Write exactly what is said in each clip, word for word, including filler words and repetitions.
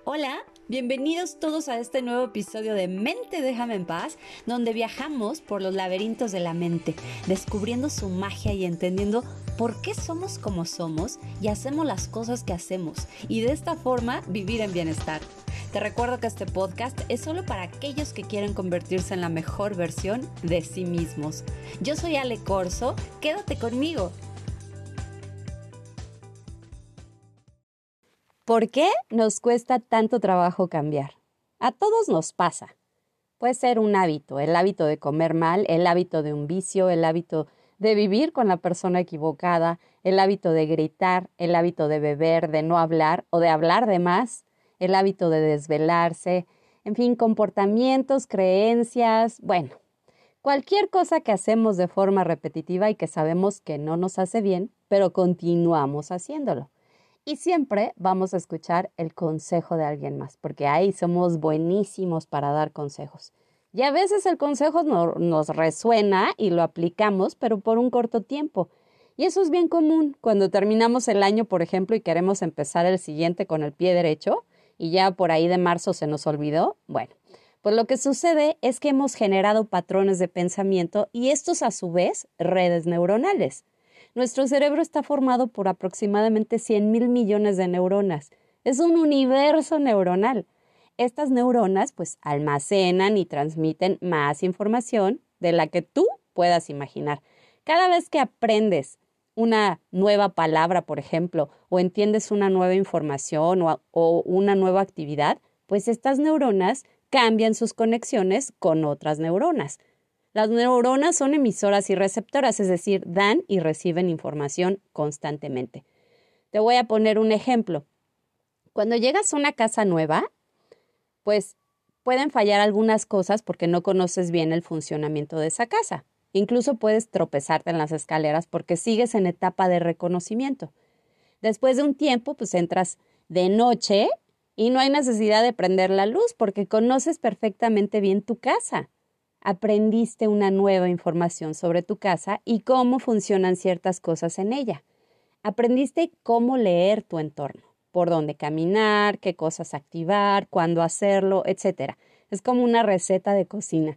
Hola, bienvenidos todos a este nuevo episodio de Mente Déjame en Paz, donde viajamos por los laberintos de la mente, descubriendo su magia y entendiendo por qué somos como somos y hacemos las cosas que hacemos, y de esta forma vivir en bienestar. Te recuerdo que este podcast es solo para aquellos que quieren convertirse en la mejor versión de sí mismos. Yo soy Ale Corzo, quédate conmigo. ¿Por qué nos cuesta tanto trabajo cambiar? A todos nos pasa. Puede ser un hábito, el hábito de comer mal, el hábito de un vicio, el hábito de vivir con la persona equivocada, el hábito de gritar, el hábito de beber, de no hablar o de hablar de más, el hábito de desvelarse, en fin, comportamientos, creencias, bueno, cualquier cosa que hacemos de forma repetitiva y que sabemos que no nos hace bien, pero continuamos haciéndolo. Y siempre vamos a escuchar el consejo de alguien más, porque ahí somos buenísimos para dar consejos. Y a veces el consejo no, nos resuena y lo aplicamos, pero por un corto tiempo. Y eso es bien común cuando terminamos el año, por ejemplo, y queremos empezar el siguiente con el pie derecho, y ya por ahí de marzo se nos olvidó. Bueno, pues lo que sucede es que hemos generado patrones de pensamiento y estos a su vez redes neuronales. Nuestro cerebro está formado por aproximadamente cien mil millones de neuronas. Es un universo neuronal. Estas neuronas pues almacenan y transmiten más información de la que tú puedas imaginar. Cada vez que aprendes una nueva palabra, por ejemplo, o entiendes una nueva información o, o una nueva actividad, pues estas neuronas cambian sus conexiones con otras neuronas. Las neuronas son emisoras y receptoras, es decir, dan y reciben información constantemente. Te voy a poner un ejemplo. Cuando llegas a una casa nueva, pues pueden fallar algunas cosas porque no conoces bien el funcionamiento de esa casa. Incluso puedes tropezarte en las escaleras porque sigues en etapa de reconocimiento. Después de un tiempo, pues entras de noche y no hay necesidad de prender la luz porque conoces perfectamente bien tu casa. Aprendiste una nueva información sobre tu casa y cómo funcionan ciertas cosas en ella. Aprendiste cómo leer tu entorno, por dónde caminar, qué cosas activar, cuándo hacerlo, etcétera. Es como una receta de cocina.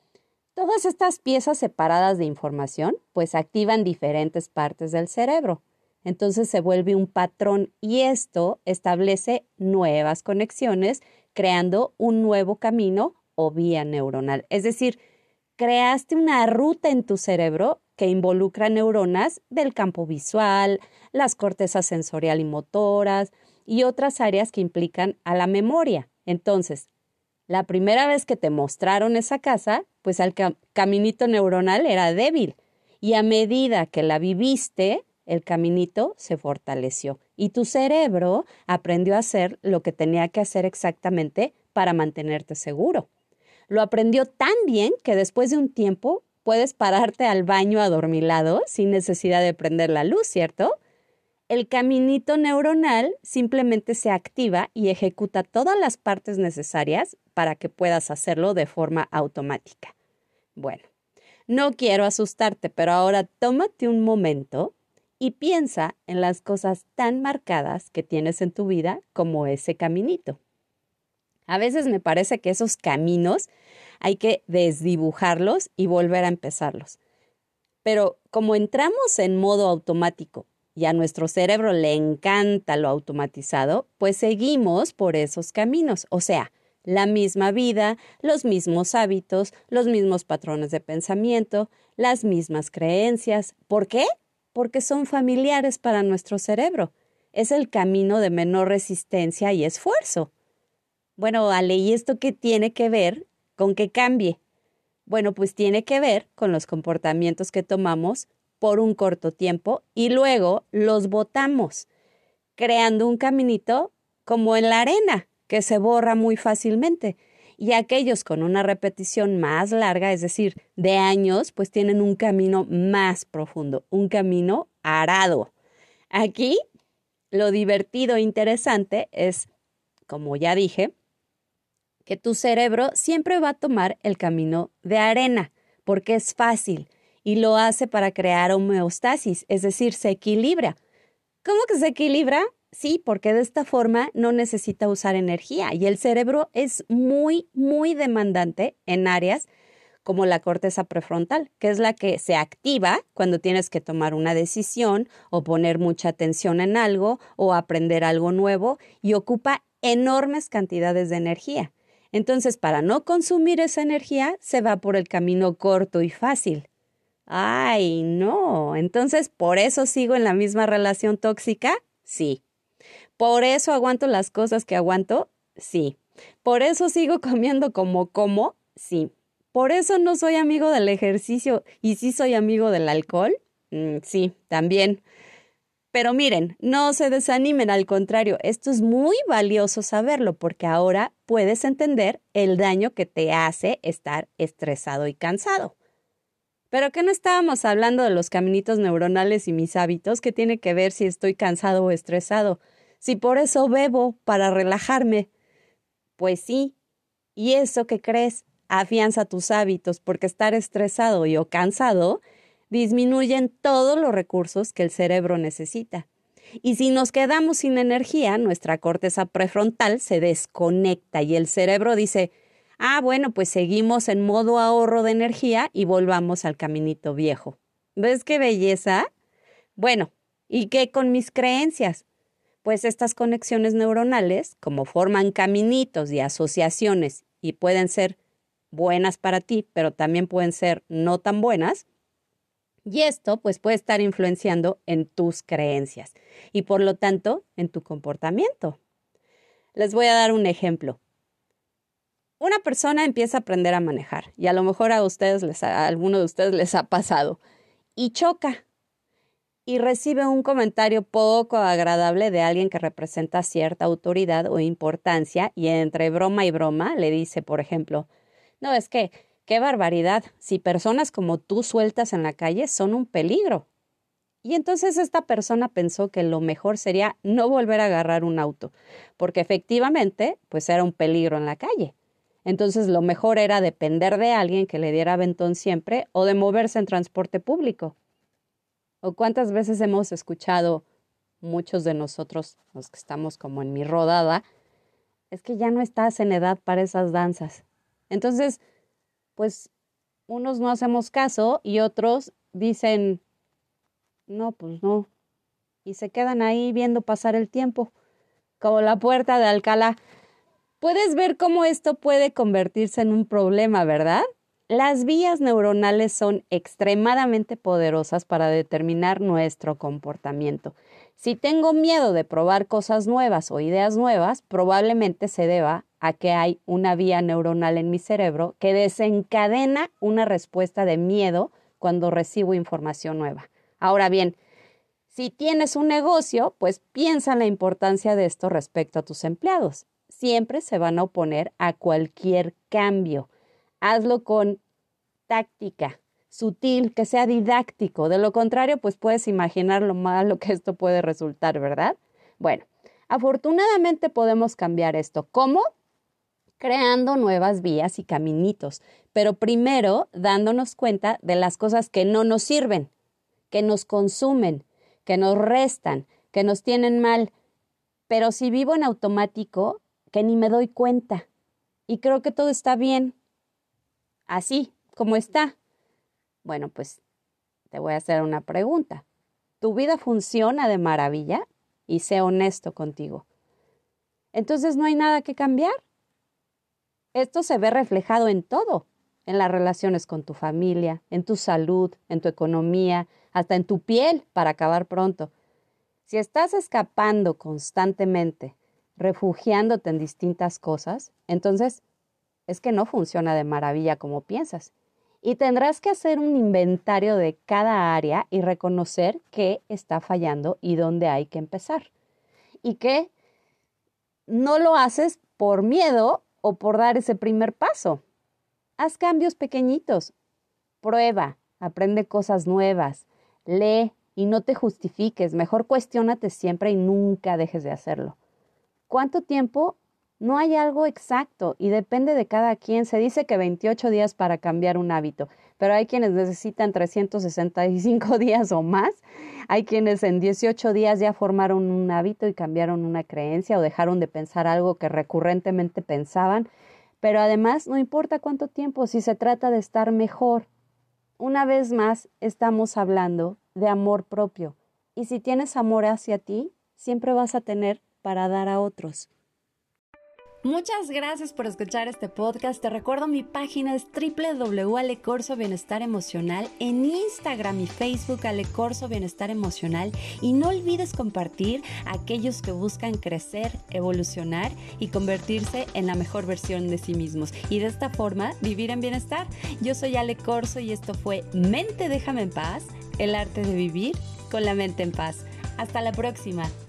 Todas estas piezas separadas de información, pues activan diferentes partes del cerebro. Entonces se vuelve un patrón y esto establece nuevas conexiones, creando un nuevo camino o vía neuronal. Es decir, creaste una ruta en tu cerebro que involucra neuronas del campo visual, las cortezas sensorial y motoras y otras áreas que implican a la memoria. Entonces, la primera vez que te mostraron esa casa, pues el cam- caminito neuronal era débil y a medida que la viviste, el caminito se fortaleció y tu cerebro aprendió a hacer lo que tenía que hacer exactamente para mantenerte seguro. Lo aprendió tan bien que después de un tiempo puedes pararte al baño adormilado sin necesidad de prender la luz, ¿cierto? El caminito neuronal simplemente se activa y ejecuta todas las partes necesarias para que puedas hacerlo de forma automática. Bueno, no quiero asustarte, pero ahora tómate un momento y piensa en las cosas tan marcadas que tienes en tu vida como ese caminito. A veces me parece que esos caminos hay que desdibujarlos y volver a empezarlos. Pero como entramos en modo automático y a nuestro cerebro le encanta lo automatizado, pues seguimos por esos caminos. O sea, la misma vida, los mismos hábitos, los mismos patrones de pensamiento, las mismas creencias. ¿Por qué? Porque son familiares para nuestro cerebro. Es el camino de menor resistencia y esfuerzo. Bueno, Ale, ¿y esto qué tiene que ver con que cambie? Bueno, pues tiene que ver con los comportamientos que tomamos por un corto tiempo y luego los botamos, creando un caminito como en la arena, que se borra muy fácilmente. Y aquellos con una repetición más larga, es decir, de años, pues tienen un camino más profundo, un camino arado. Aquí, lo divertido e interesante es, como ya dije, que tu cerebro siempre va a tomar el camino de arena, porque es fácil y lo hace para crear homeostasis, es decir, se equilibra. ¿Cómo que se equilibra? Sí, porque de esta forma no necesita usar energía y el cerebro es muy, muy demandante en áreas como la corteza prefrontal, que es la que se activa cuando tienes que tomar una decisión o poner mucha atención en algo o aprender algo nuevo y ocupa enormes cantidades de energía. Entonces, para no consumir esa energía, se va por el camino corto y fácil. Ay, no. Entonces, ¿por eso sigo en la misma relación tóxica? Sí. ¿Por eso aguanto las cosas que aguanto? Sí. ¿Por eso sigo comiendo como como? Sí. ¿Por eso no soy amigo del ejercicio y sí soy amigo del alcohol? Mm, sí, también. Pero miren, no se desanimen, al contrario, esto es muy valioso saberlo porque ahora puedes entender el daño que te hace estar estresado y cansado. Pero que no estábamos hablando de los caminitos neuronales y mis hábitos, ¿qué tiene que ver si estoy cansado o estresado? Si por eso bebo, para relajarme. Pues sí. ¿Y eso qué crees? Afianza tus hábitos porque estar estresado y o cansado disminuyen todos los recursos que el cerebro necesita. Y si nos quedamos sin energía, nuestra corteza prefrontal se desconecta y el cerebro dice, ah, bueno, pues seguimos en modo ahorro de energía y volvamos al caminito viejo. ¿Ves qué belleza? Bueno, ¿y qué con mis creencias? Pues estas conexiones neuronales, como forman caminitos y asociaciones y pueden ser buenas para ti, pero también pueden ser no tan buenas, y esto pues puede estar influenciando en tus creencias y por lo tanto en tu comportamiento. Les voy a dar un ejemplo. Una persona empieza a aprender a manejar y a lo mejor a ustedes, les ha, a alguno de ustedes les ha pasado y choca y recibe un comentario poco agradable de alguien que representa cierta autoridad o importancia y entre broma y broma le dice, por ejemplo, no, es que, qué barbaridad, si personas como tú sueltas en la calle son un peligro. Y entonces esta persona pensó que lo mejor sería no volver a agarrar un auto, porque efectivamente, pues era un peligro en la calle. Entonces lo mejor era depender de alguien que le diera aventón siempre o de moverse en transporte público. ¿O cuántas veces hemos escuchado muchos de nosotros, los que estamos como en mi rodada, es que ya no estás en edad para esas danzas? Entonces, pues unos no hacemos caso y otros dicen, no, pues no. Y se quedan ahí viendo pasar el tiempo, como la puerta de Alcalá. Puedes ver cómo esto puede convertirse en un problema, ¿verdad? Las vías neuronales son extremadamente poderosas para determinar nuestro comportamiento. Si tengo miedo de probar cosas nuevas o ideas nuevas, probablemente se deba a que hay una vía neuronal en mi cerebro que desencadena una respuesta de miedo cuando recibo información nueva. Ahora bien, si tienes un negocio, pues piensa en la importancia de esto respecto a tus empleados. Siempre se van a oponer a cualquier cambio. Hazlo con táctica, sutil, que sea didáctico. De lo contrario, pues puedes imaginar lo malo que esto puede resultar, ¿verdad? Bueno, afortunadamente podemos cambiar esto. ¿Cómo? Creando nuevas vías y caminitos, pero primero dándonos cuenta de las cosas que no nos sirven, que nos consumen, que nos restan, que nos tienen mal. Pero si vivo en automático, que ni me doy cuenta. Y creo que todo está bien, así como está. Bueno, pues te voy a hacer una pregunta. ¿Tu vida funciona de maravilla? Y sé honesto contigo. Entonces no hay nada que cambiar. Esto se ve reflejado en todo, en las relaciones con tu familia, en tu salud, en tu economía, hasta en tu piel, para acabar pronto. Si estás escapando constantemente, refugiándote en distintas cosas, entonces es que no funciona de maravilla como piensas. Y tendrás que hacer un inventario de cada área y reconocer qué está fallando y dónde hay que empezar. Y que no lo haces por miedo o por dar ese primer paso. Haz cambios pequeñitos. Prueba, aprende cosas nuevas, lee y no te justifiques. Mejor cuestiónate siempre y nunca dejes de hacerlo. ¿Cuánto tiempo No hay algo exacto y depende de cada quien. Se dice que veintiocho días para cambiar un hábito, pero hay quienes necesitan trescientos sesenta y cinco días o más. Hay quienes en dieciocho días ya formaron un hábito y cambiaron una creencia o dejaron de pensar algo que recurrentemente pensaban. Pero además, no importa cuánto tiempo, si se trata de estar mejor. Una vez más, estamos hablando de amor propio. Y si tienes amor hacia ti, siempre vas a tener para dar a otros. Muchas gracias por escuchar este podcast. Te recuerdo mi página es doble u doble u doble u punto alecorso bienestar emocional, en Instagram y Facebook Alecorso Bienestar Emocional, y no olvides compartir a aquellos que buscan crecer, evolucionar y convertirse en la mejor versión de sí mismos y de esta forma vivir en bienestar. Yo soy Ale Corso y esto fue Mente Déjame en Paz, el arte de vivir con la mente en paz. Hasta la próxima.